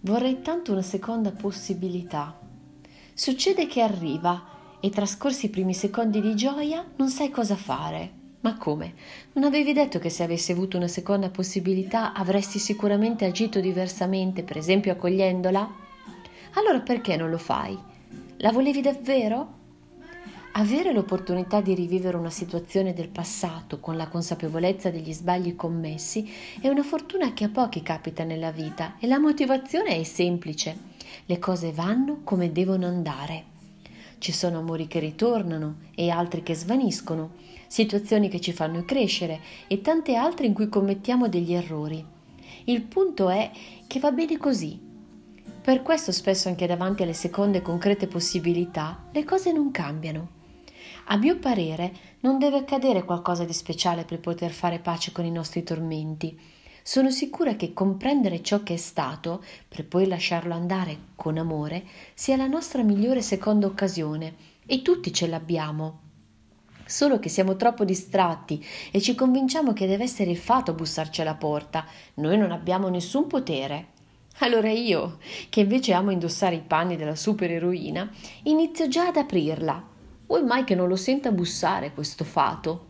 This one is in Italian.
Vorrei tanto una seconda possibilità. Succede che arriva e trascorsi i primi secondi di gioia non sai cosa fare. Ma come? Non avevi detto che se avessi avuto una seconda possibilità avresti sicuramente agito diversamente, per esempio accogliendola? Allora perché non lo fai? La volevi davvero? Avere l'opportunità di rivivere una situazione del passato con la consapevolezza degli sbagli commessi è una fortuna che a pochi capita nella vita e la motivazione è semplice. Le cose vanno come devono andare. Ci sono amori che ritornano e altri che svaniscono, situazioni che ci fanno crescere e tante altre in cui commettiamo degli errori. Il punto è che va bene così. Per questo spesso anche davanti alle seconde concrete possibilità le cose non cambiano. A mio parere non deve accadere qualcosa di speciale per poter fare pace con i nostri tormenti. Sono sicura che comprendere ciò che è stato, per poi lasciarlo andare con amore, sia la nostra migliore seconda occasione, e tutti ce l'abbiamo. Solo che siamo troppo distratti e ci convinciamo che deve essere il fato a bussarci alla porta. Noi non abbiamo nessun potere. Allora io, che invece amo indossare i panni della supereroina, inizio già ad aprirla. Vuoi mai che non lo senta bussare questo fato?